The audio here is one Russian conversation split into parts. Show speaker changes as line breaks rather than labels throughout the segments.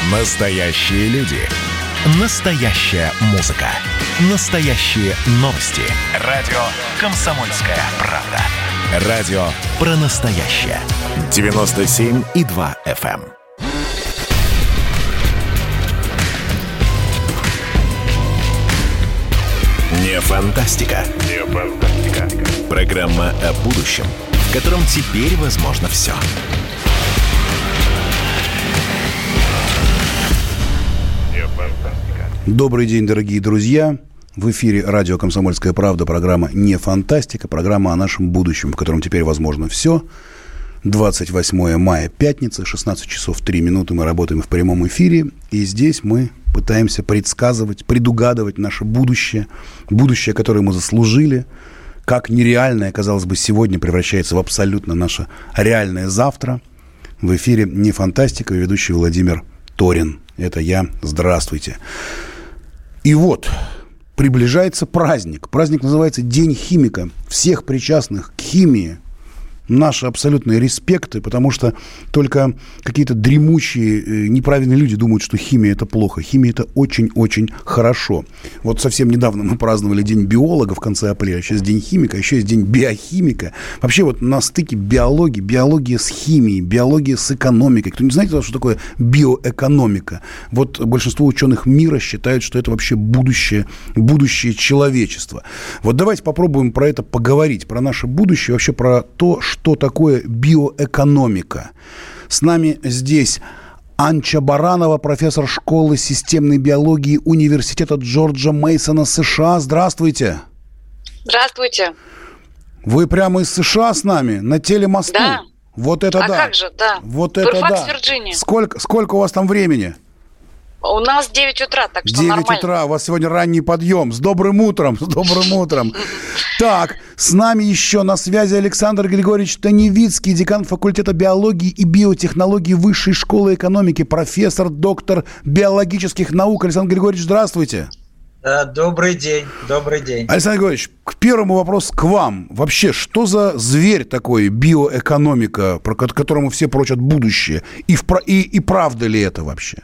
Настоящие люди. Настоящая музыка. Настоящие новости. Радио «Комсомольская правда». Радио про настоящее. 97,2 FM. Не фантастика. Не фантастика. Программа о будущем, в котором теперь возможно все.
Добрый день, дорогие друзья. В эфире радио «Комсомольская правда», программа «Не фантастика», программа о нашем будущем, в котором теперь возможно все. 28 мая, пятница, 16 часов 3 минуты мы работаем в прямом эфире. И здесь мы пытаемся предсказывать, предугадывать наше будущее. Будущее, которое мы заслужили. Как нереальное, казалось бы, сегодня превращается в абсолютно наше реальное завтра. В эфире «Не фантастика», ведущий Владимир Торин. Это я. Здравствуйте. И вот, приближается праздник. Праздник называется День химика. Всех причастных к химии наши абсолютные респекты, потому что только какие-то дремучие, неправильные люди думают, что химия – это плохо. Химия – это очень-очень хорошо. Вот совсем недавно мы праздновали День биолога в конце апреля, сейчас День химика, еще есть День биохимика. Вообще вот на стыке биологии, биология с химией, биология с экономикой. Кто не знает, что такое биоэкономика? Вот большинство ученых мира считают, что это вообще будущее человечества. Вот давайте попробуем про это поговорить, про наше будущее, вообще про то, что такое биоэкономика. С нами здесь Анча Баранова, профессор школы системной биологии Университета Джорджа Мейсона, США. Здравствуйте.
Здравствуйте.
Вы прямо из США с нами, на телемосту?
Да.
Вот это да.
А как же, да.
Вот это
Фэрфакс,
да.
Вирджиния.
Сколько у вас там времени?
У нас 9 утра, так что
9
нормально.
9 утра, у вас сегодня ранний подъем. С добрым утром, с добрым утром. Так, с нами еще на связи Александр Григорьевич Таневицкий, декан факультета биологии и биотехнологий Высшей школы экономики, профессор, доктор биологических наук. Александр Григорьевич, здравствуйте.
Да, добрый день, добрый день.
Александр Григорьевич, первый вопрос к вам. Вообще, что за зверь такой биоэкономика, про которому все прочат будущее? И правда ли это вообще?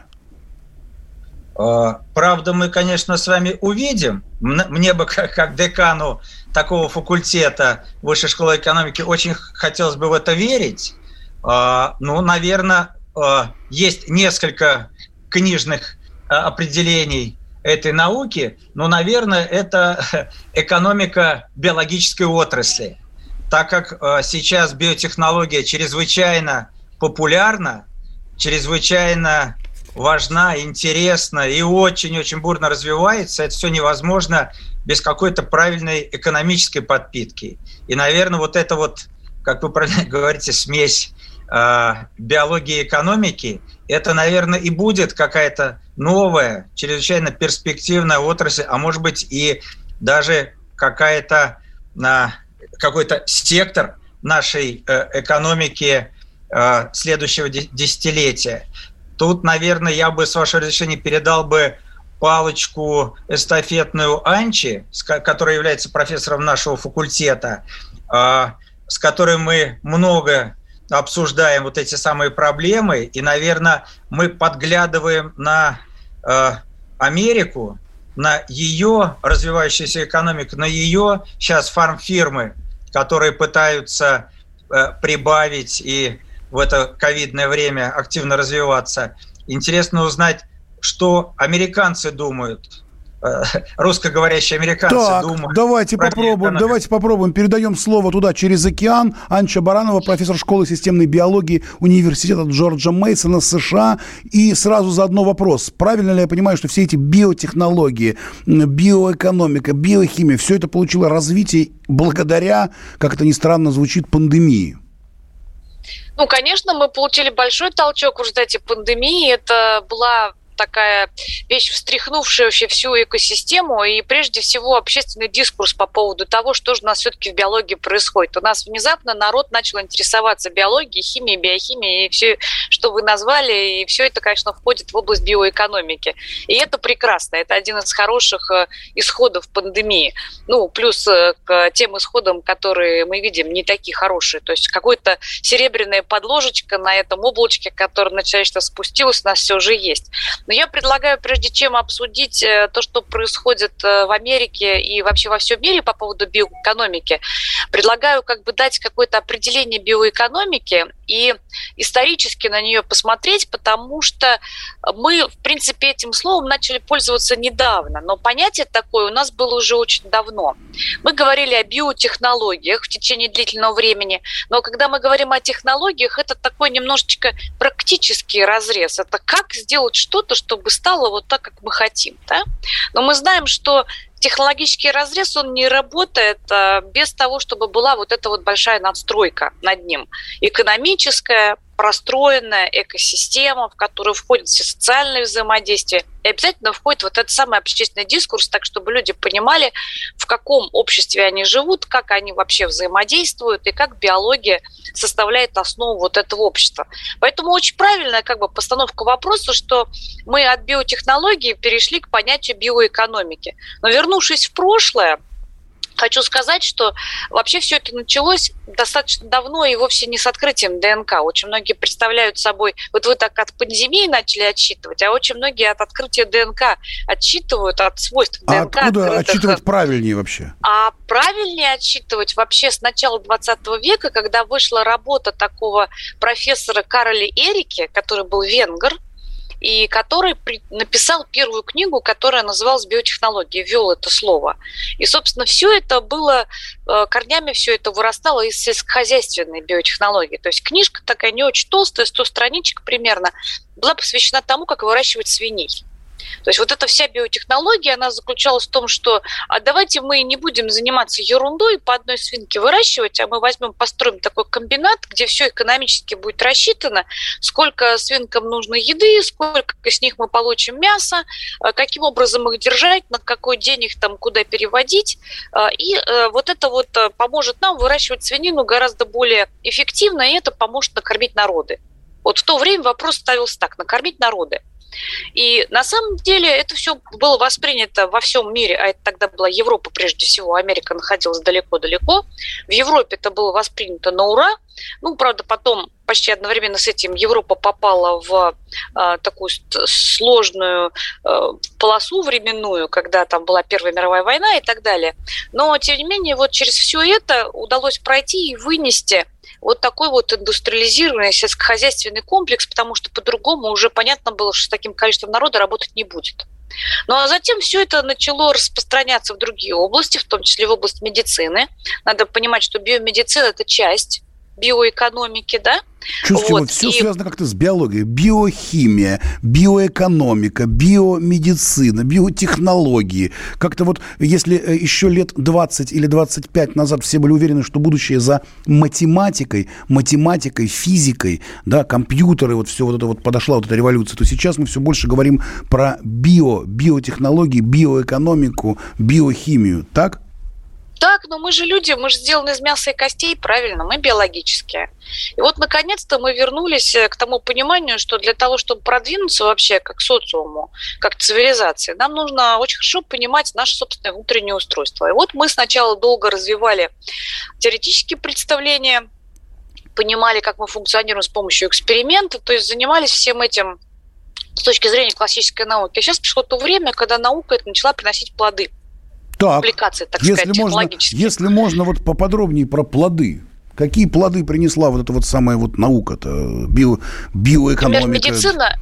Правда, мы, конечно, с вами увидим. Мне бы, как декану такого факультета Высшей школы экономики, очень хотелось бы в это верить. Ну, наверное, есть несколько книжных определений этой науки, но, наверное, это экономика биологической отрасли. Так как сейчас биотехнология чрезвычайно популярна, чрезвычайно важна, интересна и очень-очень бурно развивается, это все невозможно без какой-то правильной экономической подпитки. И, наверное, вот это вот, как вы правильно говорите, смесь биологии и экономики, это, наверное, и будет какая-то новая, чрезвычайно перспективная отрасль, а может быть и даже какой-то сектор нашей экономики следующего десятилетия. Тут, наверное, я бы, с вашего разрешения, передал бы палочку эстафетную Анче, которая является профессором нашего факультета, с которой мы много обсуждаем вот эти самые проблемы. И, наверное, мы подглядываем на Америку, на ее развивающуюся экономику, на ее сейчас фармфирмы, которые пытаются прибавить и в это ковидное время активно развиваться. Интересно узнать, что американцы думают, русскоговорящие американцы думают.
Давайте попробуем. Передаем слово туда через океан. Анча Баранова, профессор школы системной биологии Университета Джорджа Мейсона, США. И сразу заодно вопрос. Правильно ли я понимаю, что все эти биотехнологии, биоэкономика, биохимия, все это получило развитие благодаря, как это ни странно звучит, пандемии?
Ну, конечно, мы получили большой толчок в результате пандемии. Это была такая вещь, встряхнувшая вообще всю экосистему и прежде всего общественный дискурс по поводу того, что же у нас все-таки в биологии происходит. У нас внезапно народ начал интересоваться биологией, химией, биохимией и все, что вы назвали, и все это, конечно, входит в область биоэкономики. И это прекрасно, это один из хороших исходов пандемии. Ну, плюс к тем исходам, которые мы видим, не такие хорошие. То есть какой-то серебряная подложечка на этом облачке, которое на человечество спустилось, у нас все уже есть. Но я предлагаю, прежде чем обсудить то, что происходит в Америке и вообще во всем мире по поводу биоэкономики, предлагаю как бы дать какое-то определение биоэкономики и исторически на нее посмотреть, потому что мы, в принципе, этим словом начали пользоваться недавно, но понятие такое у нас было уже очень давно. Мы говорили о биотехнологиях в течение длительного времени, но когда мы говорим о технологиях, это такой немножечко практический разрез. Это как сделать что-то, чтобы стало вот так, как мы хотим. Да? Но мы знаем, что технологический разрез, он не работает без того, чтобы была вот эта вот большая надстройка над ним. Экономическая, простроенная экосистема, в которую входят все социальные взаимодействия, и обязательно входит вот этот самый общественный дискурс, так чтобы люди понимали, в каком обществе они живут, как они вообще взаимодействуют и как биология составляет основу вот этого общества. Поэтому очень правильная как бы постановка вопроса, что мы от биотехнологии перешли к понятию биоэкономики. Но вернувшись в прошлое, хочу сказать, что вообще все это началось достаточно давно и вовсе не с открытием ДНК. Очень многие представляют собой, вот вы так от пандемии начали отсчитывать, а очень многие от открытия ДНК отсчитывают от свойств ДНК.
А откуда отсчитывать правильнее вообще? А
правильнее отсчитывать вообще с начала 20 века, когда вышла работа такого профессора Кароля Эрике, который был венгр, и который написал первую книгу, которая называлась «Биотехнологии», ввел это слово. И, собственно, все это было, корнями все это вырастало из сельскохозяйственной биотехнологии. То есть книжка такая не очень толстая, 100 страничек примерно, была посвящена тому, как выращивать свиней. То есть вот эта вся биотехнология, она заключалась в том, что давайте мы не будем заниматься ерундой по одной свинке выращивать, а мы возьмем, построим такой комбинат, где все экономически будет рассчитано, сколько свинкам нужно еды, сколько с них мы получим мяса, каким образом их держать, на какой день их там куда переводить. И вот это вот поможет нам выращивать свинину гораздо более эффективно, и это поможет накормить народы. Вот в то время вопрос ставился так: накормить народы. И на самом деле это все было воспринято во всем мире, а это тогда была Европа прежде всего, Америка находилась далеко-далеко. В Европе это было воспринято на ура. Ну, правда, потом почти одновременно с этим Европа попала в такую сложную полосу временную, когда там была Первая мировая война и так далее. Но, тем не менее, вот через все это удалось пройти и вынести вот такой вот индустриализированный сельскохозяйственный комплекс, потому что по-другому уже понятно было, что с таким количеством народа работать не будет. Ну а затем все это начало распространяться в другие области, в том числе в область медицины. Надо понимать, что биомедицина – это часть биоэкономики, да?
Чувствуете, вот все связано как-то с биологией. Биохимия, биоэкономика, биомедицина, биотехнологии. Как-то вот, если еще лет 20 или 25 назад все были уверены, что будущее за математикой, физикой, да, компьютеры, вот все вот это вот подошла вот эта революция, то сейчас мы все больше говорим про биотехнологии, биоэкономику, биохимию, так?
Так, но мы же люди, мы же сделаны из мяса и костей, правильно, мы биологические. И вот, наконец-то, мы вернулись к тому пониманию, что для того, чтобы продвинуться вообще как социуму, как цивилизации, нам нужно очень хорошо понимать наше собственное внутреннее устройство. И вот мы сначала долго развивали теоретические представления, понимали, как мы функционируем с помощью эксперимента, то есть занимались всем этим с точки зрения классической науки. А сейчас пришло то время, когда наука это начала приносить плоды.
Так,
публикации, так сказать, технологические.
Если можно вот поподробнее про плоды. Какие плоды принесла вот эта вот самая вот наука-то, биоэкономика?
Например,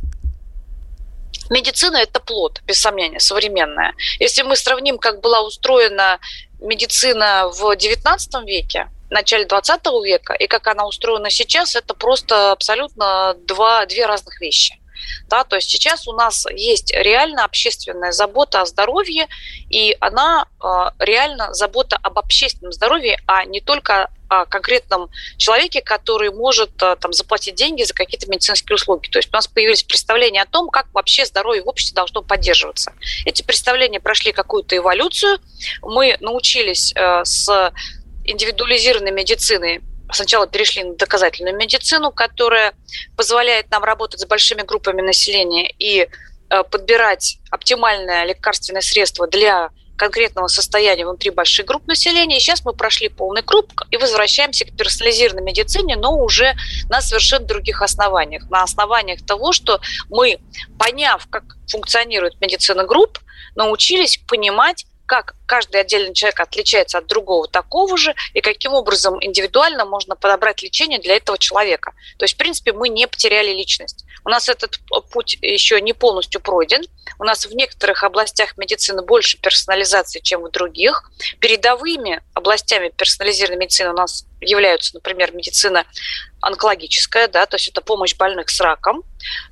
медицина – это плод, без сомнения, современная. Если мы сравним, как была устроена медицина в XIX веке, в начале XX века, и как она устроена сейчас, это просто абсолютно две разных вещи. Да, то есть сейчас у нас есть реально общественная забота о здоровье, и она реально забота об общественном здоровье, а не только о конкретном человеке, который может там заплатить деньги за какие-то медицинские услуги. То есть у нас появились представления о том, как вообще здоровье в обществе должно поддерживаться. Эти представления прошли какую-то эволюцию. Мы научились с индивидуализированной медицины. Сначала перешли на доказательную медицину, которая позволяет нам работать с большими группами населения и подбирать оптимальное лекарственное средство для конкретного состояния внутри больших групп населения. И сейчас мы прошли полный круг и возвращаемся к персонализированной медицине, но уже на совершенно других основаниях. На основаниях того, что мы, поняв, как функционирует медицина групп, научились понимать, как каждый отдельный человек отличается от другого такого же, и каким образом индивидуально можно подобрать лечение для этого человека. То есть, в принципе, мы не потеряли личность. У нас этот путь еще не полностью пройден. У нас в некоторых областях медицины больше персонализации, чем в других. Передовыми областями персонализированной медицины у нас являются, например, медицина онкологическая, да, то есть это помощь больных с раком.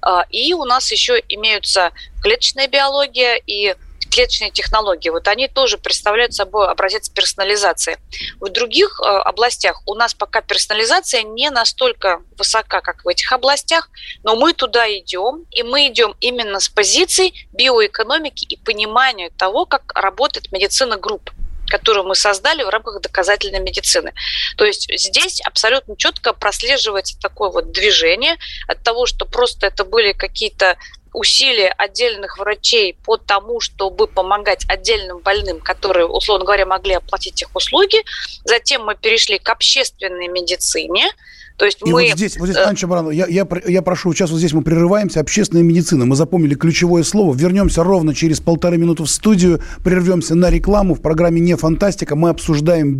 И у нас еще имеются клеточная биология и клеточные технологии. Вот они тоже представляют собой образец персонализации. В других областях у нас пока персонализация не настолько высока, как в этих областях, но мы туда идем, и мы идем именно с позиций биоэкономики и понимания того, как работает медицина групп, которую мы создали в рамках доказательной медицины. То есть здесь абсолютно четко прослеживается такое вот движение от того, что просто это были какие-то усилия отдельных врачей по тому, чтобы помогать отдельным больным, которые, условно говоря, могли оплатить их услуги. Затем мы перешли к общественной медицине. То есть
и
мы...
вот здесь, Анечка Баранова, я прошу, сейчас вот здесь мы прерываемся. Общественная медицина. Мы запомнили ключевое слово. Вернемся ровно через 1,5 минуты в студию. Прервемся на рекламу. В программе «Не фантастика» мы обсуждаем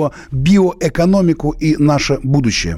биоэкономику и наше будущее.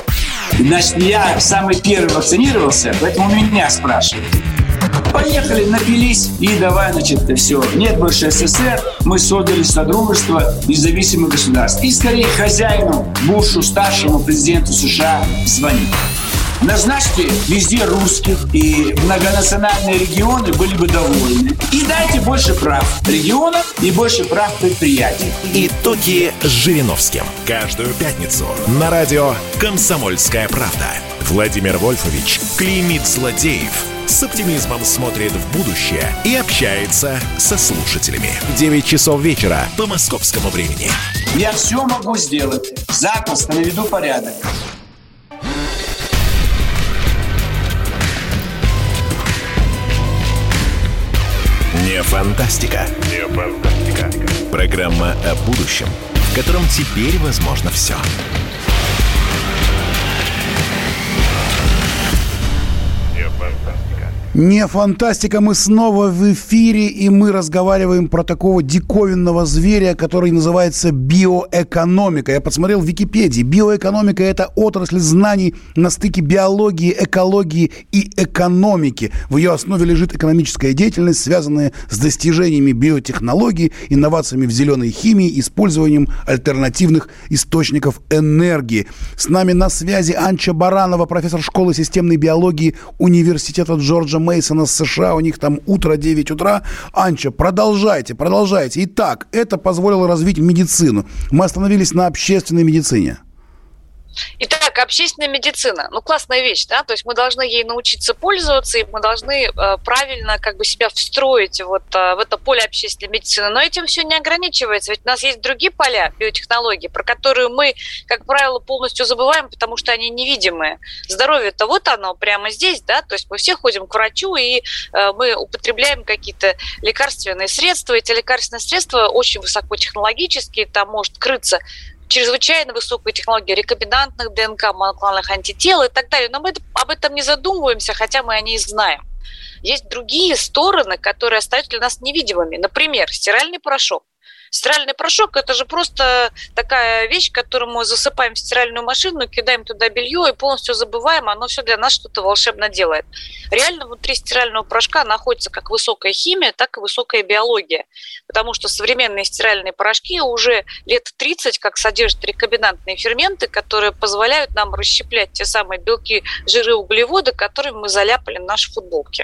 Значит, я самый первый вакцинировался, поэтому меня спрашивают. Поехали, напились и давай, значит, все. Нет больше СССР, мы создали Содружество независимых государств. И скорее хозяину Бушу, старшему президенту США, звонить. Назначьте везде русских, и многонациональные регионы были бы довольны. И дайте больше прав регионам и больше прав предприятий.
Итоги с Жириновским. Каждую пятницу на радио «Комсомольская правда». Владимир Вольфович клеймит злодеев, с оптимизмом смотрит в будущее и общается со слушателями. 9 часов вечера по московскому времени.
Я все могу сделать. Запросто наведу порядок.
Не фантастика. Не фантастика. Программа о будущем, в котором теперь возможно все.
Не фантастика, мы снова в эфире, и мы разговариваем про такого диковинного зверя, который называется биоэкономика. Я посмотрел в Википедии. Биоэкономика – это отрасль знаний на стыке биологии, экологии и экономики. В ее основе лежит экономическая деятельность, связанная с достижениями биотехнологий, инновациями в зеленой химии, использованием альтернативных источников энергии. С нами на связи Анча Баранова, профессор школы системной биологии Университета Джорджа Мейсона с США. У них там утро, 9 утра. Анча, продолжайте. Итак, это позволило развить медицину. Мы остановились на общественной медицине.
Итак, общественная медицина. Классная вещь, да? То есть мы должны ей научиться пользоваться, и мы должны правильно себя встроить в это поле общественной медицины. Но этим все не ограничивается, ведь у нас есть другие поля биотехнологий, про которые мы, как правило, полностью забываем, потому что они невидимые. Здоровье-то вот оно, прямо здесь, да? То есть мы все ходим к врачу, и мы употребляем какие-то лекарственные средства. Эти лекарственные средства очень высокотехнологические, там может крыться чрезвычайно высокая технология рекомбинантных ДНК, моноклональных антител и так далее. Но мы об этом не задумываемся, хотя мы о ней знаем. Есть другие стороны, которые остаются для нас невидимыми. Например, стиральный порошок. Стиральный порошок – это же просто такая вещь, которую мы засыпаем в стиральную машину, кидаем туда белье и полностью забываем, оно все для нас что-то волшебно делает. Реально внутри стирального порошка находится как высокая химия, так и высокая биология, потому что современные стиральные порошки уже лет 30 как содержат рекомбинантные ферменты, которые позволяют нам расщеплять те самые белки, жиры, углеводы, которыми мы заляпали наши футболки.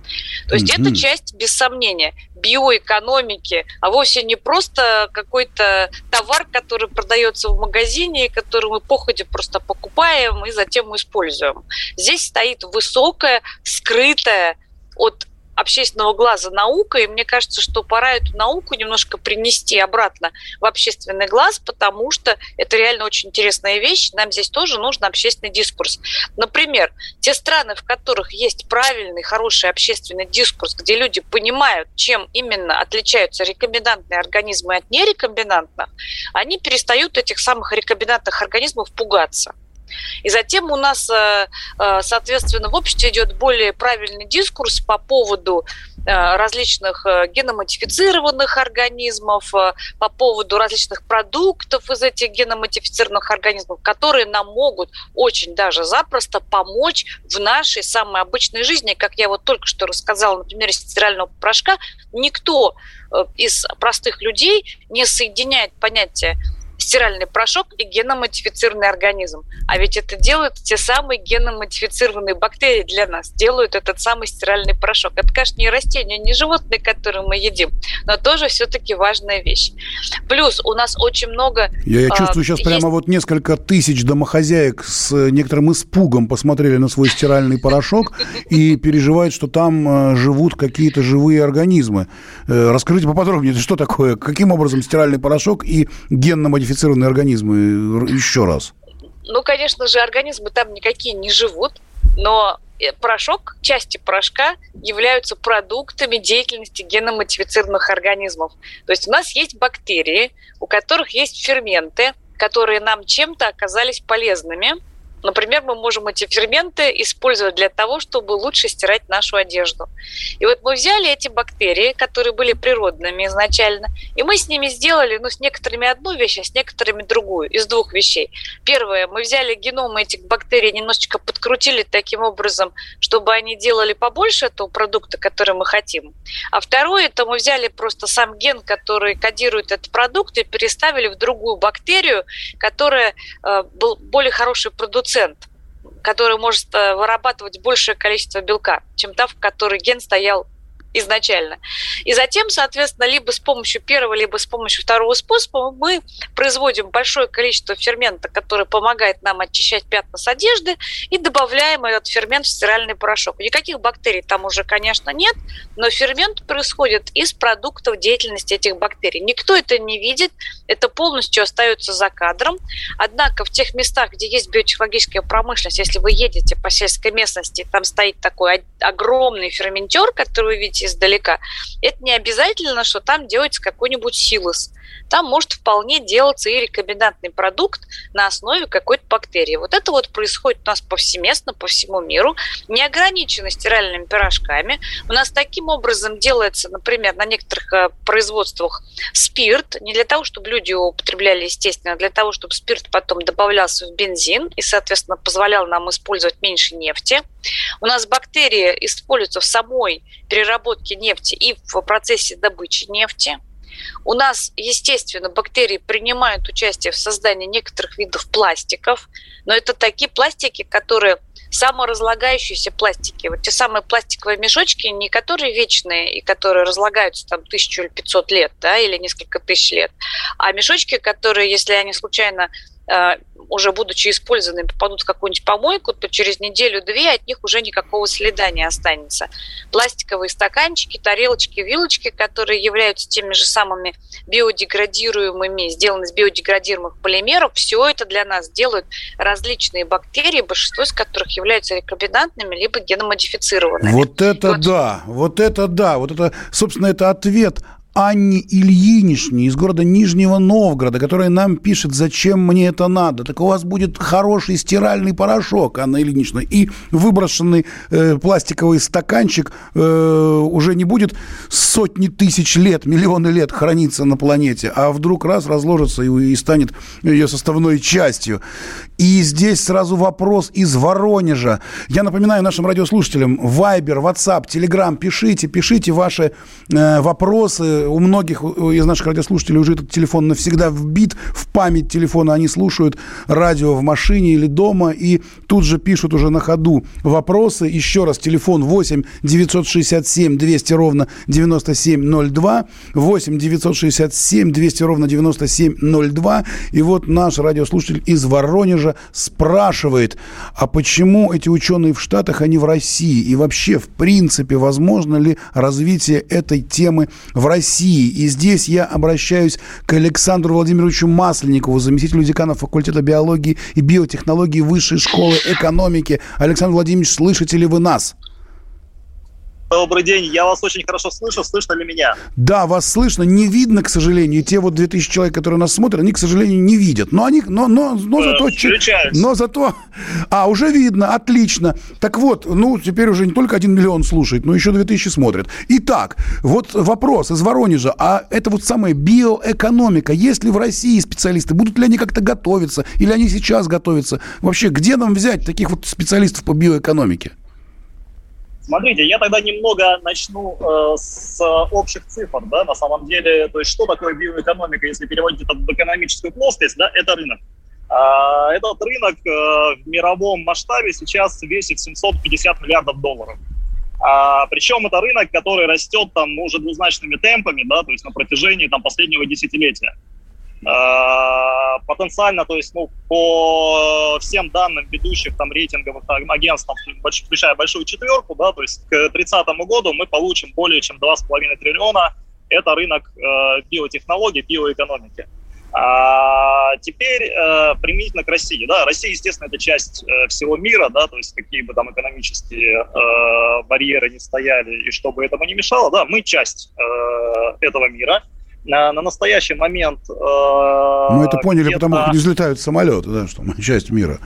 То есть это часть, без сомнения, биоэкономики, а вовсе не просто какой-то товар, который продается в магазине, который мы походе просто покупаем и затем используем. Здесь стоит высокая, скрытая от общественного глаза наука, и мне кажется, что пора эту науку немножко принести обратно в общественный глаз, потому что это реально очень интересная вещь, нам здесь тоже нужен общественный дискурс. Например, те страны, в которых есть правильный, хороший общественный дискурс, где люди понимают, чем именно отличаются рекомбинантные организмы от нерекомбинантных, они перестают этих самых рекомбинантных организмов пугаться. И затем у нас, соответственно, в обществе идет более правильный дискурс по поводу различных геномодифицированных организмов, по поводу различных продуктов из этих геномодифицированных организмов, которые нам могут очень даже запросто помочь в нашей самой обычной жизни. Как я вот только что рассказала на примере стирального порошка, никто из простых людей не соединяет понятие стиральный порошок и геномодифицированный организм. А ведь это делают те самые геномодифицированные бактерии для нас, делают этот самый стиральный порошок. Это, конечно, не растения, не животные, которые мы едим, но тоже все-таки важная вещь. Плюс у нас очень много...
Я чувствую, сейчас прямо вот несколько тысяч домохозяек с некоторым испугом посмотрели на свой стиральный порошок и переживают, что там живут какие-то живые организмы. Расскажите поподробнее, это что такое? Каким образом стиральный порошок и генно-модифицированные организмы? Еще раз.
Ну, конечно же, организмы там никакие не живут, но порошок, части порошка являются продуктами деятельности геномодифицированных организмов. То есть у нас есть бактерии, у которых есть ферменты, которые нам чем-то оказались полезными. Например, мы можем эти ферменты использовать для того, чтобы лучше стирать нашу одежду. И вот мы взяли эти бактерии, которые были природными изначально, и мы с ними сделали, с некоторыми одну вещь, а с некоторыми другую, из двух вещей. Первое, мы взяли геномы этих бактерий, немножечко подкрутили таким образом, чтобы они делали побольше этого продукта, который мы хотим. А второе, это мы взяли просто сам ген, который кодирует этот продукт, и переставили в другую бактерию, которая был более хороший продуцент, который может вырабатывать большее количество белка, чем та, в которой ген стоял изначально. И затем, соответственно, либо с помощью первого, либо с помощью второго способа мы производим большое количество фермента, который помогает нам очищать пятна с одежды, и добавляем этот фермент в стиральный порошок. Никаких бактерий там уже, конечно, нет, но фермент происходит из продуктов деятельности этих бактерий. Никто это не видит, это полностью остается за кадром. Однако в тех местах, где есть биотехнологическая промышленность, если вы едете по сельской местности, там стоит такой огромный ферментер, который вы видите издалека, это не обязательно, что там делается какой-нибудь силос. Там может вполне делаться и рекомбинантный продукт на основе какой-то бактерии. Вот это вот происходит у нас повсеместно, по всему миру, не ограничено стиральными порошками. У нас таким образом делается, например, на некоторых производствах спирт, не для того, чтобы люди его употребляли, естественно, а для того, чтобы спирт потом добавлялся в бензин и, соответственно, позволял нам использовать меньше нефти. У нас бактерии используются в самой переработке нефти и в процессе добычи нефти. У нас, естественно, бактерии принимают участие в создании некоторых видов пластиков, но это такие пластики, которые саморазлагающиеся пластики. Вот те самые пластиковые мешочки, не которые вечные и которые разлагаются там 1000 или 500 лет, да, или несколько тысяч лет, а мешочки, которые, если они случайно уже будучи использованными, попадут в какую-нибудь помойку, то через неделю-две от них уже никакого следа не останется. Пластиковые стаканчики, тарелочки, вилочки, которые являются теми же самыми биодеградируемыми, сделаны из биодеградируемых полимеров, все это для нас делают различные бактерии, большинство из которых являются рекомбинантными либо геномодифицированными.
Вот это да, вот это, собственно, это ответ Анне Ильиничне из города Нижнего Новгорода, которая нам пишет, зачем мне это надо. Так у вас будет хороший стиральный порошок, Анна Ильинична, и выброшенный пластиковый стаканчик уже не будет сотни тысяч лет, миллионы лет храниться на планете, а вдруг раз разложится и станет ее составной частью. И здесь сразу вопрос из Воронежа. Я напоминаю нашим радиослушателям, Вайбер, WhatsApp, Telegram, пишите ваши вопросы, у многих из наших радиослушателей уже этот телефон навсегда вбит в память телефона. Они слушают радио в машине или дома и тут же пишут уже на ходу вопросы. Еще раз, телефон 8 967 200 ровно 9702. 8 967 200 ровно 9702. И вот наш радиослушатель из Воронежа спрашивает, а почему эти ученые в Штатах, а не в России? И вообще, в принципе, возможно ли развитие этой темы в России? И здесь я обращаюсь к Александру Владимировичу Масленникову, заместителю декана факультета биологии и биотехнологии Высшей школы экономики. Александр Владимирович, слышите ли вы нас?
Добрый день, я вас очень хорошо слышу, слышно ли меня?
Да, вас слышно, не видно, к сожалению. Те вот 2000 человек, которые нас смотрят, они, к сожалению, не видят. Но зато... уже видно, отлично. Так вот, теперь уже не только 1 миллион слушает, но еще 2000 смотрят. Итак, вот вопрос из Воронежа. А это вот самая биоэкономика. Есть ли в России специалисты? Будут ли они как-то готовиться? Или они сейчас готовятся? Вообще, где нам взять таких вот специалистов по биоэкономике?
Смотрите, я тогда немного начну с общих цифр, да, на самом деле, то есть что такое биоэкономика, если переводить это в экономическую плоскость, да, это рынок. Этот рынок в мировом масштабе сейчас весит 750 миллиардов долларов. Причем это рынок, который растет там уже двузначными темпами, да, то есть на протяжении там последнего десятилетия. Потенциально, то есть, по всем данным ведущих там рейтинговых агентств, включая большую четверку, да, то есть к 2030 году мы получим более чем 2,5 триллиона. Это рынок биотехнологий, биоэкономики. Теперь применительно к России. Да, Россия, естественно, это часть всего мира, да, то есть какие бы там экономические барьеры ни стояли и что бы этому не мешало, да, мы часть этого мира. На настоящий момент...
Мы это поняли, потому что не взлетают самолеты, да, что мы часть мира.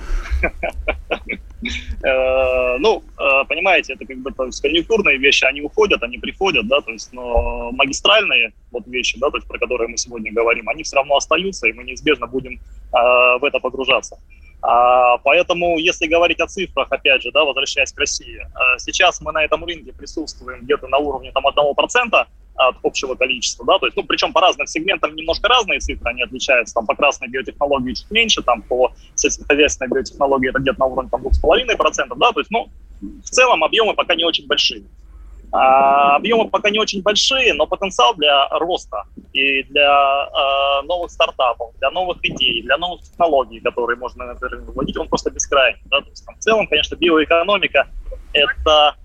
Понимаете, это как бы конъюнктурные вещи, они уходят, они приходят, да, то есть, но магистральные вот вещи, да, то есть, про которые мы сегодня говорим, они все равно остаются, и мы неизбежно будем в это погружаться. Поэтому, если говорить о цифрах, опять же, да, возвращаясь к России, сейчас мы на этом рынке присутствуем где-то на уровне там 1% от общего количества, да, то есть, причем по разным сегментам немножко разные цифры, они отличаются, там, по красной биотехнологии чуть меньше, там, по сельскохозяйственной биотехнологии это где-то на уровне, там, 2,5%, да, то есть, в целом объемы пока не очень большие. Объемы пока не очень большие, но потенциал для роста и для новых стартапов, для новых идей, для новых технологий, которые можно на этот рынок вводить, он просто бескрайний, да, то есть, там, в целом, конечно, биоэкономика – это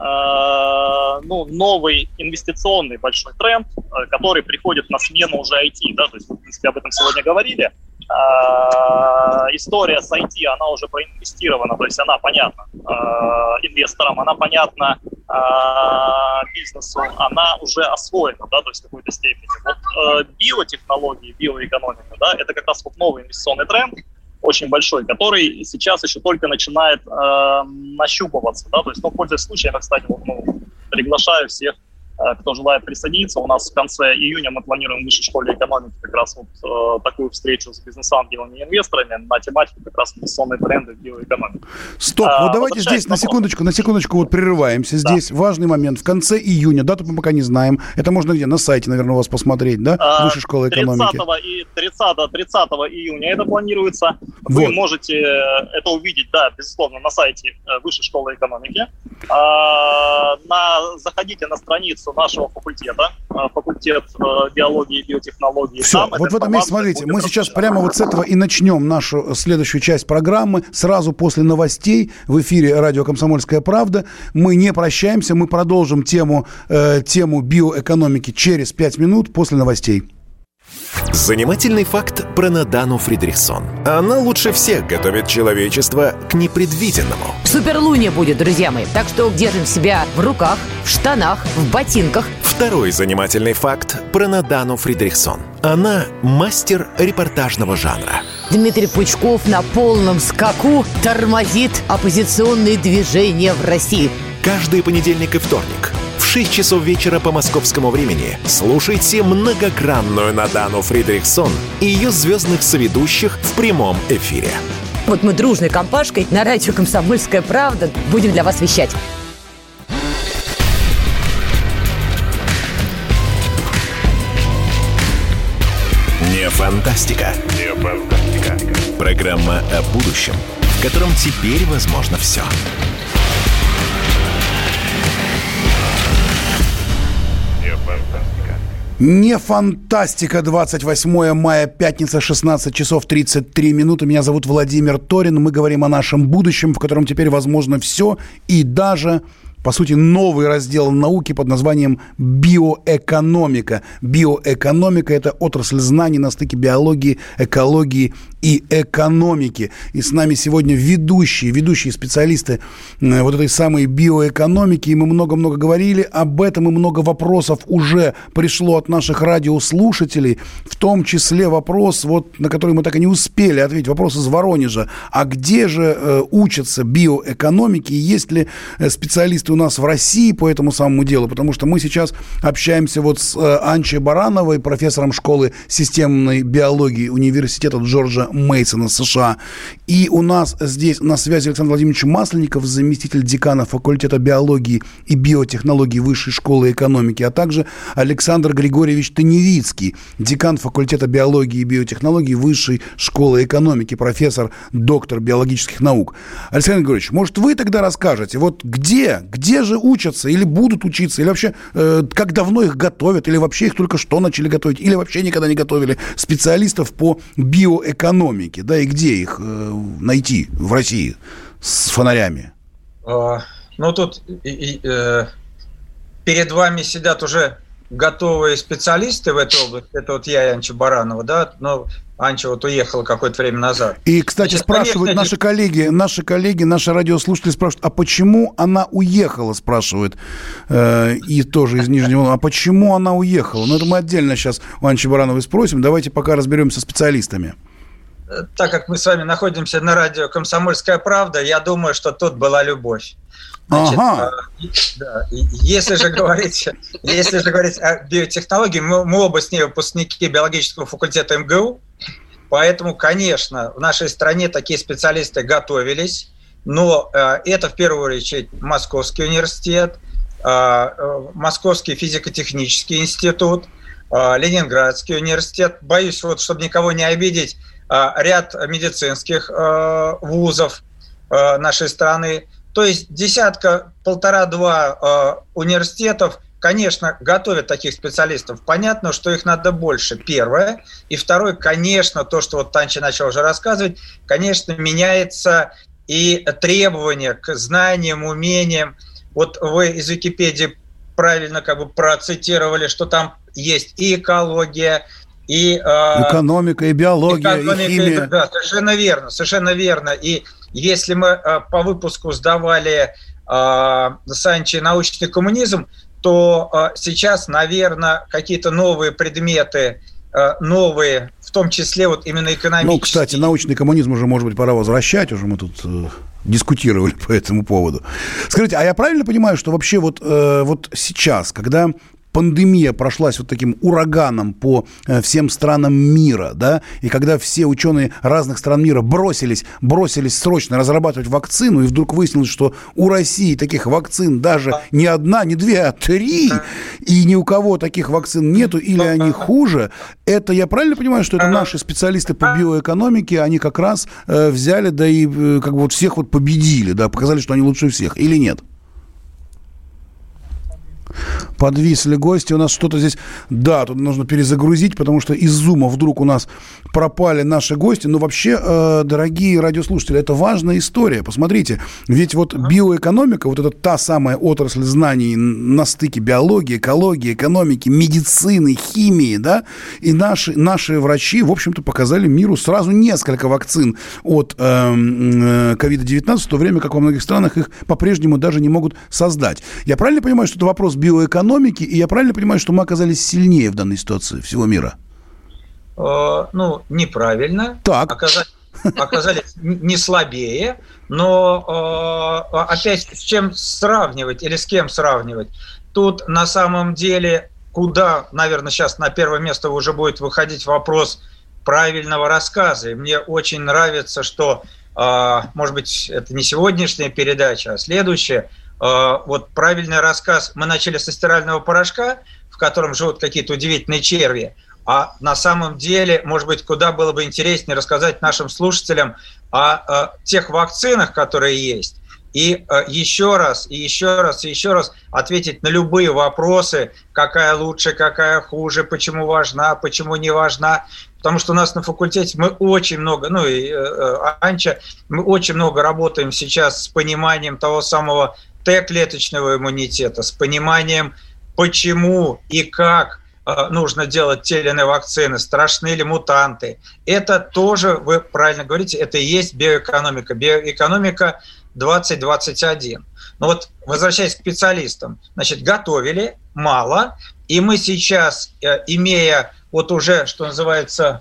новый инвестиционный большой тренд, который приходит на смену уже IT, да, то есть, в принципе, об этом сегодня говорили. История с IT, она уже проинвестирована, то есть она понятна инвесторам, она понятна бизнесу, она уже освоена, да, то есть в какой-то степени. Вот биотехнологии, биоэкономика, да, это как раз вот новый инвестиционный тренд, очень большой, который сейчас еще только начинает нащупываться, да, то есть, пользуясь случаем, я, кстати, приглашаю всех, кто желает присоединиться. У нас в конце июня мы планируем в Высшей школе экономики как раз такую встречу с бизнес-ангелами и инвесторами на тематику как раз инвестиционные тренды в биоэкономике.
Стоп, вот давайте здесь на секундочку вот прерываемся. Здесь важный момент. В конце июня, дату мы пока не знаем. Это можно где? На сайте, наверное, у вас посмотреть, да? Высшей школы экономики.
30 июня это планируется. Вы можете это увидеть, да, безусловно, на сайте Высшей школы экономики. Заходите на страницу нашего факультета, факультет биологии и биотехнологии.
Все, вот в этом месте, смотрите, мы сейчас прямо вот с этого и начнем нашу следующую часть программы. Сразу после новостей в эфире радио «Комсомольская правда». Мы не прощаемся, мы продолжим тему биоэкономики через 5 минут после новостей.
Занимательный факт про Надану Фридрихсон. Она лучше всех готовит человечество к непредвиденному.
Суперлуния будет, друзья мои. Так что держим себя в руках, в штанах, в ботинках.
Второй занимательный факт про Надану Фридрихсон. Она мастер репортажного жанра.
Дмитрий Пучков на полном скаку тормозит оппозиционные движения в России.
Каждый понедельник и вторник в 6 часов вечера по московскому времени слушайте многогранную Надану Фридрихсон и ее звездных соведущих в прямом эфире.
Вот мы дружной компашкой на радио «Комсомольская правда» будем для вас вещать.
Не фантастика. Не фантастика. Программа о будущем, в котором теперь возможно все.
Не фантастика. 28 мая, пятница, 16 часов 33 минуты. Меня зовут Владимир Торин. Мы говорим о нашем будущем, в котором теперь возможно все. И даже, по сути, новый раздел науки под названием биоэкономика. Биоэкономика – это отрасль знаний на стыке биологии, экологии и экономики. И с нами сегодня ведущие специалисты вот этой самой биоэкономики. И мы много-много говорили об этом, и много вопросов уже пришло от наших радиослушателей, в том числе вопрос, вот, на который мы так и не успели ответить, вопрос из Воронежа. А где же учатся биоэкономике, и есть ли специалисты у нас в России по этому самому делу? Потому что мы сейчас общаемся вот с Анчей Барановой, профессором школы системной биологии университета Джорджа Мейсона, США. И у нас здесь на связи Александр Владимирович Масленников, заместитель декана факультета биологии и биотехнологий Высшей школы экономики, а также Александр Григорьевич Таневицкий, декан факультета биологии и биотехнологий Высшей школы экономики, профессор, доктор биологических наук. Александр Григорьевич, может, вы тогда расскажете, вот где же учатся или будут учиться, или вообще как давно их готовят, или вообще их только что начали готовить, или вообще никогда не готовили специалистов по биоэкономике, да, и где их найти в России с фонарями?
Ну, тут перед вами сидят уже готовые специалисты в этой области. Это вот я и Анча Баранова, да, но Анча вот уехала какое-то время назад.
И, кстати, спрашивают наши коллеги, наши радиослушатели спрашивают, а почему она уехала, спрашивают, и тоже из Нижнего, а почему она уехала? Ну, это мы отдельно сейчас у Анчи Барановой спросим, давайте пока разберемся с специалистами.
Так как мы с вами находимся на радио «Комсомольская правда», я думаю, что тут была любовь. Значит, да, если же говорить о биотехнологии, мы оба с ней выпускники биологического факультета МГУ, поэтому, конечно, в нашей стране такие специалисты готовились, но это в первую очередь Московский университет, Московский физико-технический институт, Ленинградский университет, боюсь, вот, чтобы никого не обидеть, ряд медицинских вузов нашей страны. То есть полтора-два университетов, конечно, готовят таких специалистов. Понятно, что их надо больше, первое. И второе, конечно, то, что вот Танча начал уже рассказывать, конечно, меняется и требования к знаниям, умениям. Вот вы из Википедии правильно как бы процитировали, что там есть и экология, и
экономика, и биология, и химия.
Да, совершенно верно. И если мы по выпуску сдавали с Анчей научный коммунизм, то сейчас, наверное, какие-то новые предметы, новые, в том числе вот именно экономические.
Ну, кстати, научный коммунизм уже, может быть, пора возвращать, уже мы тут дискутировали по этому поводу. Скажите, а я правильно понимаю, что вообще вот сейчас, когда пандемия прошлась вот таким ураганом по всем странам мира, да, и когда все ученые разных стран мира бросились срочно разрабатывать вакцину, и вдруг выяснилось, что у России таких вакцин даже не одна, не две, а 3, и ни у кого таких вакцин нету, или они хуже, это, я правильно понимаю, что это наши специалисты по биоэкономике, они как раз взяли, да и как бы вот всех вот победили, да, показали, что они лучше всех, или нет? Подвисли гости, у нас что-то здесь, да, тут нужно перезагрузить, потому что из Зума вдруг у нас пропали наши гости, но вообще, дорогие радиослушатели, это важная история, посмотрите, ведь вот биоэкономика, вот это та самая отрасль знаний на стыке биологии, экологии, экономики, медицины, химии, да, и наши врачи, в общем-то, показали миру сразу несколько вакцин от COVID-19, в то время как во многих странах их по-прежнему даже не могут создать. Я правильно понимаю, что это вопрос биоэкономики, и я правильно понимаю, что мы оказались сильнее в данной ситуации всего мира?
Ну, неправильно.
Так.
Оказались не слабее, но опять с чем сравнивать или с кем сравнивать? Тут на самом деле, куда, наверное, сейчас на первое место уже будет выходить вопрос правильного рассказа. И мне очень нравится, что, может быть, это не сегодняшняя передача, а следующая. Вот правильный рассказ. Мы начали со стирального порошка, в котором живут какие-то удивительные черви. А на самом деле, может быть, куда было бы интереснее рассказать нашим слушателям о тех вакцинах, которые есть, и еще раз ответить на любые вопросы, какая лучше, какая хуже, почему важна, почему не важна. Потому что у нас на факультете мы очень много, Анча, мы очень много работаем сейчас с пониманием того самого Т-клеточного иммунитета, с пониманием, почему и как нужно делать те или иные вакцины, страшны ли мутанты. Это тоже, вы правильно говорите, это и есть биоэкономика. Биоэкономика 2021. Но вот, возвращаясь к специалистам, значит, готовили мало, и мы сейчас, имея вот уже, что называется,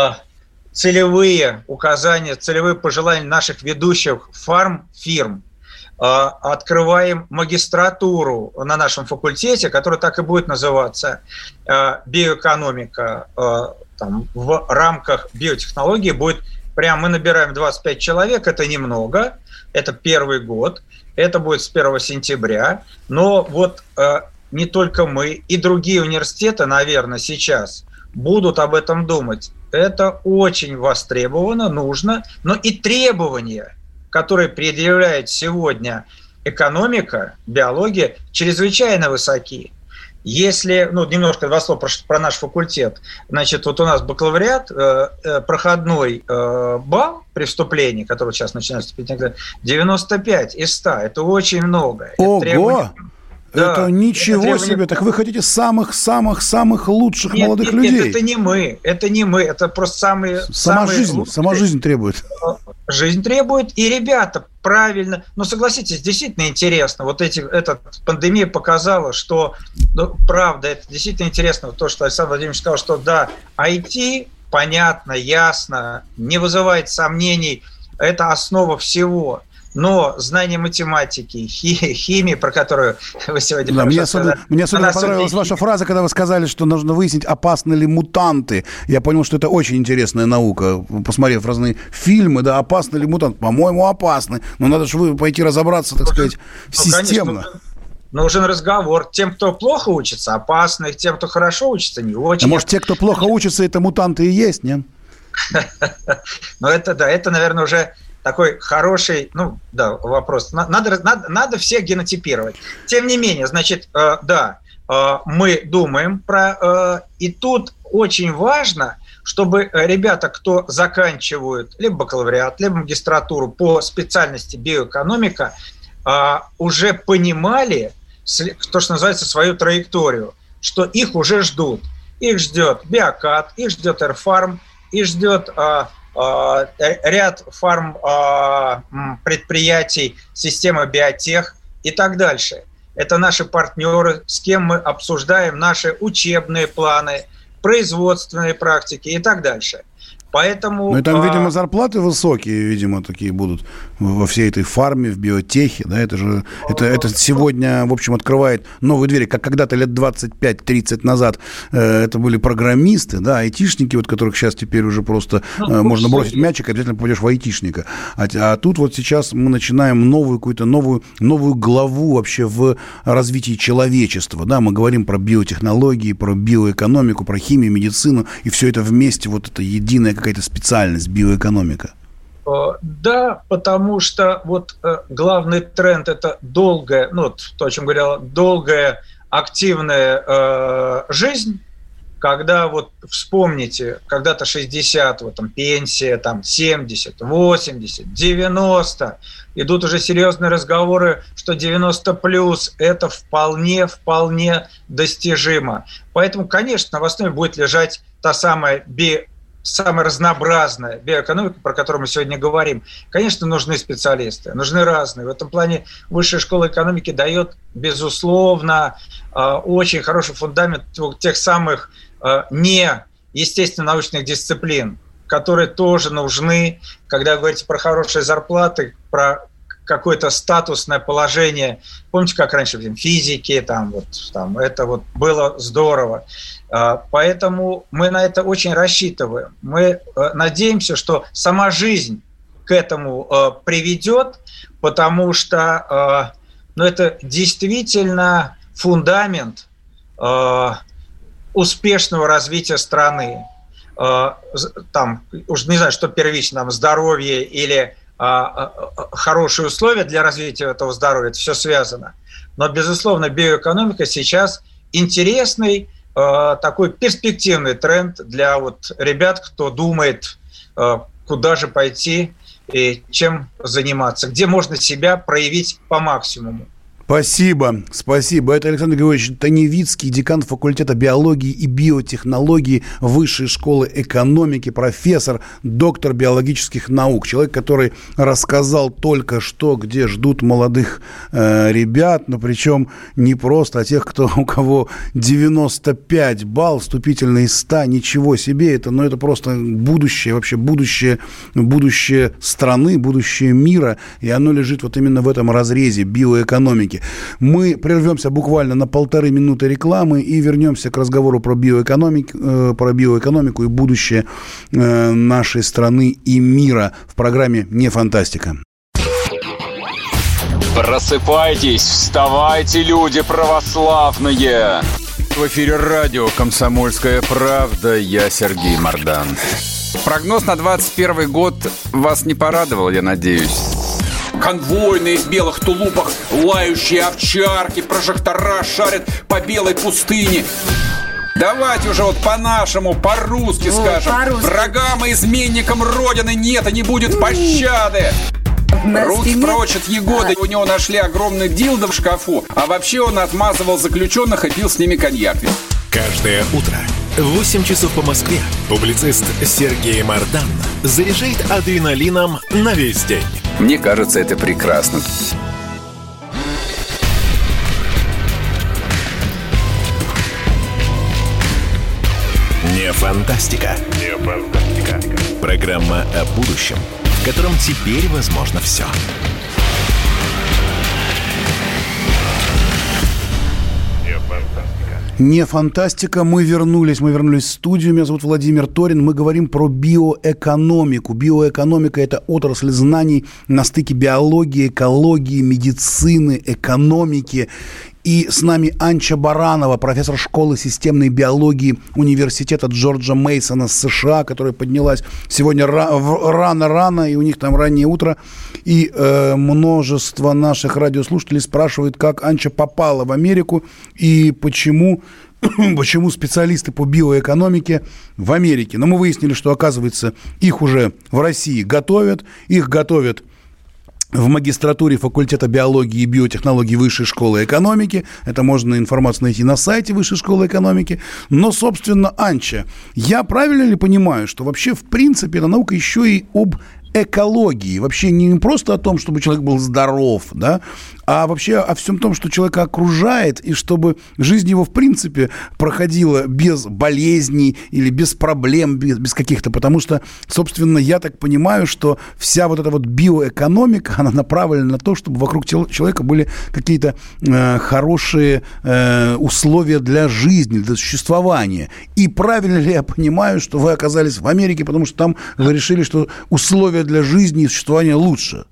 целевые указания, целевые пожелания наших ведущих фармфирм, открываем магистратуру на нашем факультете, которая так и будет называться биоэкономика. Там, в рамках биотехнологии будет прям, мы набираем 25 человек, это немного, это первый год, это будет с 1 сентября, но вот не только мы, и другие университеты, наверное, сейчас будут об этом думать. Это очень востребовано, нужно, но и требования, которые предъявляет сегодня экономика, биология, чрезвычайно высоки. Если, немножко два слова про наш факультет. Значит, вот у нас бакалавриат, проходной балл при вступлении, который сейчас начинается 95 из 100. Это очень много.
Ого! Это ничего себе! Так вы хотите самых лучших молодых людей?
Нет, это не мы, это просто самые
Сама жизнь требует.
Жизнь требует, и ребята правильно, согласитесь, действительно интересно. Вот эта пандемия показала, что, правда, это действительно интересно. То, что Александр Владимирович сказал, что да, IT, понятно, ясно, не вызывает сомнений, это основа всего. Но знание математики, химии, про которую вы сегодня...
Да, мне особенно понравилась ваша фраза, когда вы сказали, что нужно выяснить, опасны ли мутанты. Я понял, что это очень интересная наука. Посмотрев разные фильмы, да, опасны ли мутанты? По-моему, опасны. Но надо же пойти разобраться, так сказать, системно.
Конечно, нужен разговор. Тем, кто плохо учится, опасно. Тем, кто хорошо учится, не очень.
А может, те, кто плохо учится, это мутанты и есть, нет?
Это, наверное, уже... Такой хороший, вопрос. Надо всех генотипировать. Тем не менее, значит, мы думаем про... И тут очень важно, чтобы ребята, кто заканчивают либо бакалавриат, либо магистратуру по специальности биоэкономика, уже понимали, то, что называется, свою траекторию, что их уже ждут. Их ждет Биокат, их ждет Эрфарм, их ждет... ряд предприятий, система биотех и так дальше. Это наши партнеры, с кем мы обсуждаем наши учебные планы, производственные практики и так дальше. Поэтому...
И там, видимо, зарплаты высокие, видимо, такие будут во всей этой фарме, в биотехе, да, это сегодня, в общем, открывает новые двери, как когда-то лет 25-30 назад это были программисты, да, айтишники, вот которых сейчас теперь уже просто можно бросить мячик, обязательно попадешь в айтишника. А тут вот сейчас мы начинаем новую главу вообще в развитии человечества, да, мы говорим про биотехнологии, про биоэкономику, про химию, медицину, и все это вместе, вот это единая какая-то специальность, биоэкономика.
Да, потому что вот главный тренд – это долгая, то, о чем говорила, долгая активная жизнь, когда вот вспомните, когда-то 60, вот там пенсия, там 70, 80, 90, идут уже серьезные разговоры, что 90 плюс это вполне достижимо. Поэтому, конечно, на основе будет лежать та самая самая разнообразная биоэкономика, про которую мы сегодня говорим. Конечно, нужны специалисты, нужны разные. В этом плане Высшая школа экономики дает, безусловно, очень хороший фундамент тех самых не естественно-научных дисциплин, которые тоже нужны, когда вы говорите про хорошие зарплаты, про какое-то статусное положение. Помните, как раньше в физике, это вот было здорово. Поэтому мы на это очень рассчитываем. Мы надеемся, что сама жизнь к этому приведет, потому что это действительно фундамент успешного развития страны. Там, уж не знаю, что первично, там, здоровье или хорошие условия для развития этого здоровья, это все связано. Но, безусловно, биоэкономика сейчас интересный, такой перспективный тренд для вот ребят, кто думает, куда же пойти и чем заниматься, где можно себя проявить по максимуму.
Спасибо, спасибо. Это Александр Григорьевич Таневицкий, декан факультета биологии и биотехнологии Высшей школы экономики, профессор, доктор биологических наук. Человек, который рассказал только что, где ждут молодых ребят, но причем не просто, а тех, у кого 95 балл, вступительные из 100, ничего себе. Это просто будущее, вообще будущее страны, будущее мира, и оно лежит вот именно в этом разрезе биоэкономики. Мы прервемся буквально на 1,5 минуты рекламы и вернемся к разговору про биоэкономику и будущее нашей страны и мира в программе «Не фантастика».
Просыпайтесь, вставайте, люди православные! В эфире радио «Комсомольская правда». Я Сергей Мордан. Прогноз на 2021 год вас не порадовал, я надеюсь. Конвойные в белых тулупах, лающие овчарки, прожектора шарят по белой пустыне. Давайте уже вот по-нашему, по-русски скажем. По-русски. Врагам и изменникам Родины нет и не будет пощады. Руки прочь от Егоды. У него нашли огромный дилдо в шкафу. А вообще он отмазывал заключенных и пил с ними коньяк.
Каждое утро в 8 часов по Москве публицист Сергей Мордан заряжает адреналином на весь день.
Мне кажется, это прекрасно.
Не фантастика. Не фантастика. Программа о будущем, в котором теперь возможно все.
Не фантастика. Мы вернулись в студию. Меня зовут Владимир Торин. Мы говорим про биоэкономику. Биоэкономика – это отрасль знаний на стыке биологии, экологии, медицины, экономики. И с нами Анча Баранова, профессор школы системной биологии Университета Джорджа Мейсона США, которая поднялась сегодня рано-рано, и у них там раннее утро. И множество наших радиослушателей спрашивают, как Анча попала в Америку и почему специалисты по биоэкономике в Америке. Но мы выяснили, что, оказывается, их уже в России готовят. Их готовят в магистратуре факультета биологии и биотехнологий Высшей школы экономики. Это можно информацию найти на сайте Высшей школы экономики. Но, собственно, Анча, я правильно ли понимаю, что вообще, в принципе, эта наука еще и об экологии? Вообще не просто о том, чтобы человек был здоров, да, а вообще о всем том, что человека окружает, и чтобы жизнь его, в принципе, проходила без болезней или без проблем, без каких-то, потому что, собственно, я так понимаю, что вся вот эта вот биоэкономика, она направлена на то, чтобы вокруг человека были какие-то хорошие условия для жизни, для существования. И правильно ли я понимаю, что вы оказались в Америке, потому что там вы решили, что условия для жизни и существования лучше?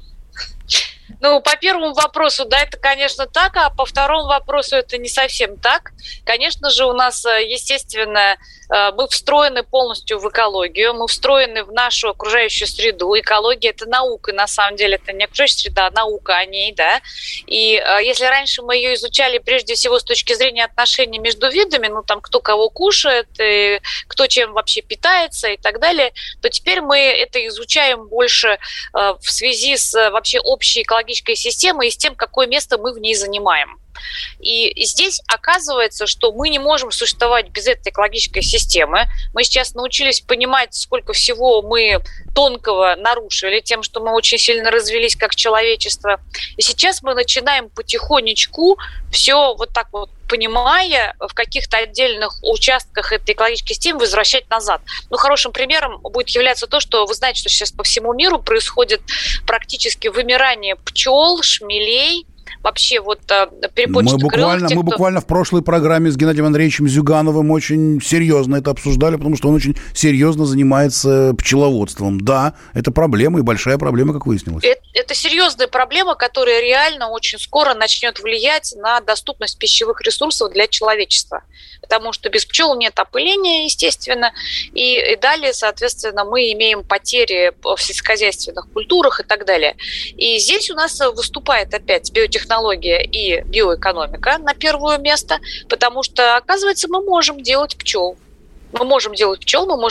Ну, по первому вопросу, да, это, конечно, так, а по второму вопросу это не совсем так. Конечно же, у нас, естественно, мы встроены полностью в экологию, мы встроены в нашу окружающую среду. Экология – это наука, на самом деле, это не окружающая среда, а наука о ней, да. И если раньше мы ее изучали прежде всего с точки зрения отношений между видами, ну, там, кто кого кушает, и кто чем вообще питается и так далее, то теперь мы это изучаем больше в связи с вообще общей экологической системой и с тем, какое место мы в ней занимаем. И здесь оказывается, что мы не можем существовать без этой экологической системы. Мы сейчас научились понимать, сколько всего мы тонкого нарушили тем, что мы очень сильно развелись как человечество. И сейчас мы начинаем потихонечку все вот так вот, понимая, в каких-то отдельных участках этой экологической системы возвращать назад. Ну, хорошим примером будет являться то, что вы знаете, что сейчас по всему миру происходит практически вымирание пчел, шмелей, вообще перепончатокрылых.
Мы буквально в прошлой программе с Геннадием Андреевичем Зюгановым очень серьезно это обсуждали, потому что он очень серьезно занимается пчеловодством. Да, это проблема, и большая проблема, как выяснилось.
Это серьезная проблема, которая реально очень скоро начнет влиять на доступность пищевых ресурсов для человечества. Потому что без пчел нет опыления, естественно, и далее, соответственно, мы имеем потери в сельскохозяйственных культурах и так далее. И здесь у нас выступает опять биотехнология и биоэкономика на первое место, потому что, оказывается, мы можем делать пчел. Мы можем делать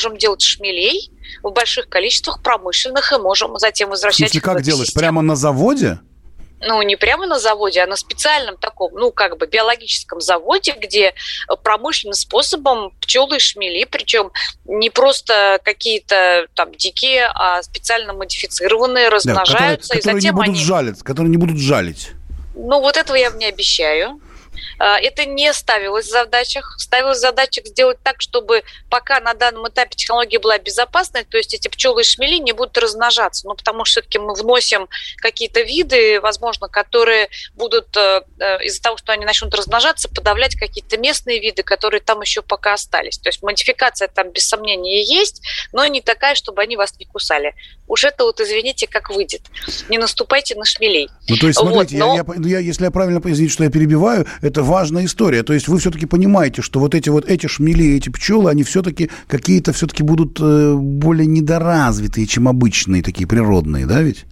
шмелей в больших количествах промышленных и можем затем возвращать...
В смысле, как делать? Систему. Прямо на заводе?
Не прямо на заводе, а на специальном таком, биологическом заводе, где промышленным способом пчелы и шмели, причем не просто какие-то там дикие, а специально модифицированные, размножаются.
Которые не будут жалить.
Этого я вам не обещаю. Это не ставилось в задачах. Ставилось в задачах сделать так, чтобы пока на данном этапе технология была безопасной, то есть эти пчелы и шмели не будут размножаться. Потому что все-таки мы вносим какие-то виды, возможно, которые будут из-за того, что они начнут размножаться, подавлять какие-то местные виды, которые там еще пока остались. То есть модификация там без сомнения есть, но не такая, чтобы они вас не кусали. Уж это извините, как выйдет. Не наступайте на шмелей.
То есть, смотрите, если я правильно, извините, что я перебиваю, это важная история. То есть вы все-таки понимаете, что эти шмели, эти пчелы, они все-таки какие-то будут более недоразвитые, чем обычные, такие природные, да ведь?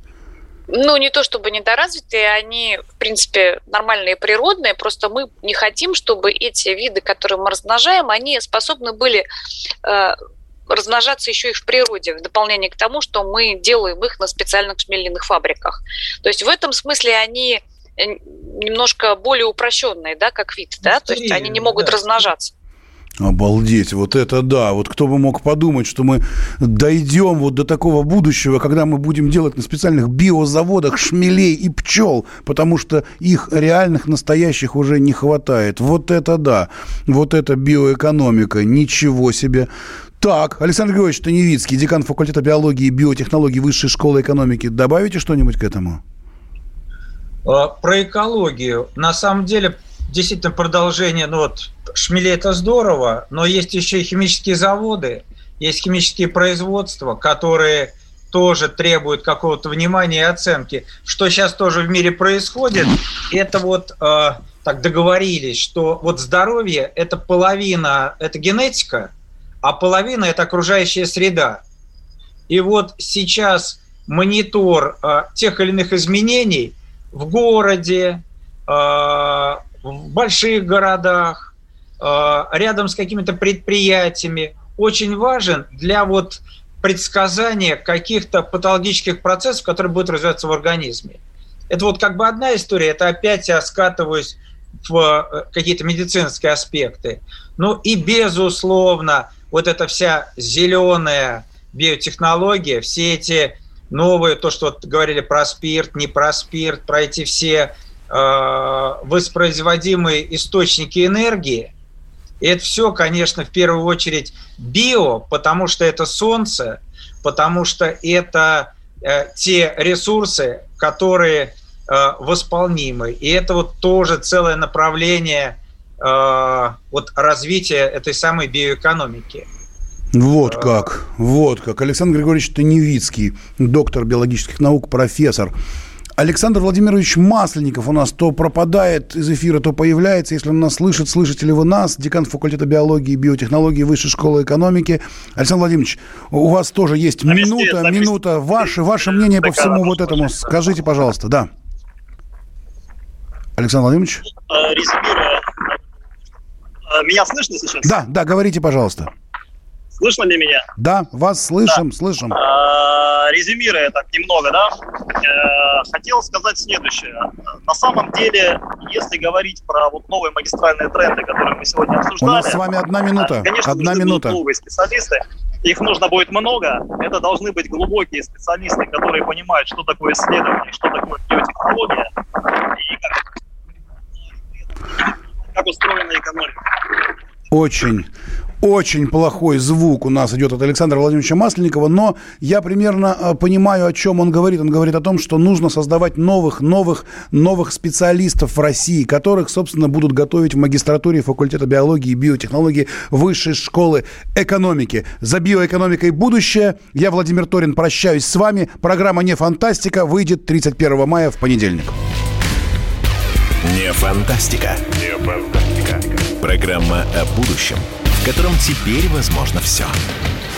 Не то чтобы недоразвитые, они, в принципе, нормальные и природные, просто мы не хотим, чтобы эти виды, которые мы размножаем, они способны были размножаться еще и в природе, в дополнение к тому, что мы делаем их на специальных шмельных фабриках. То есть в этом смысле они немножко более упрощенные, да, как вид, да, то есть они не могут размножаться.
Обалдеть, это да. Кто бы мог подумать, что мы дойдем до такого будущего, когда мы будем делать на специальных биозаводах шмелей и пчел, потому что их реальных, настоящих уже не хватает. Это да. Это биоэкономика. Ничего себе. Так, Александр Григорьевич Таневицкий, декан факультета биологии и биотехнологий Высшей школы экономики. Добавите что-нибудь к этому?
Про экологию. На самом деле, действительно, продолжение, шмелей – это здорово, но есть еще и химические заводы, есть химические производства, которые тоже требуют какого-то внимания и оценки. Что сейчас тоже в мире происходит, это так договорились, что здоровье – это половина, это генетика, а половина – это окружающая среда. И сейчас монитор тех или иных изменений в городе, в больших городах, рядом с какими-то предприятиями очень важен для предсказания каких-то патологических процессов, которые будут развиваться в организме. Это одна история, это опять я скатываюсь в какие-то медицинские аспекты. И, безусловно, эта вся зеленая биотехнология, все эти новые, то, что говорили про спирт, не про спирт, про эти все воспроизводимые источники энергии. И это все, конечно, в первую очередь био, потому что это солнце, потому что это те ресурсы, которые восполнимы. И это тоже целое направление развития этой самой биоэкономики.
Как. Александр Григорьевич Таневицкий, доктор биологических наук, профессор. Александр Владимирович Масленников у нас то пропадает из эфира, то появляется. Если он нас слышит, слышите ли вы нас? Декан факультета биологии и биотехнологии Высшей школы экономики. Александр Владимирович, у вас тоже есть минута. Ваше мнение по всему этому. Скажите, пожалуйста. Да. Александр Владимирович?
Резюмируя. Меня слышно сейчас?
Да, говорите, пожалуйста.
Слышно ли меня?
Да, вас слышим.
Резюмируя так немного, хотел сказать следующее. На самом деле, если говорить про новые магистральные тренды, которые мы сегодня обсуждали... У нас
с вами 1 минута.
Конечно, будут новые специалисты. Их нужно будет много. Это должны быть глубокие специалисты, которые понимают, что такое исследование, что такое биотехнология и как устроена экономика.
Очень плохой звук у нас идет от Александра Владимировича Масленникова, но я примерно понимаю, о чем он говорит. Он говорит о том, что нужно создавать новых специалистов в России, которых, собственно, будут готовить в магистратуре факультета биологии и биотехнологии Высшей школы экономики. За биоэкономикой будущее. Я, Владимир Торин, прощаюсь с вами. Программа «Не фантастика» выйдет 31 мая в понедельник.
Не фантастика. Не фантастика. Программа о будущем, в котором теперь возможно все.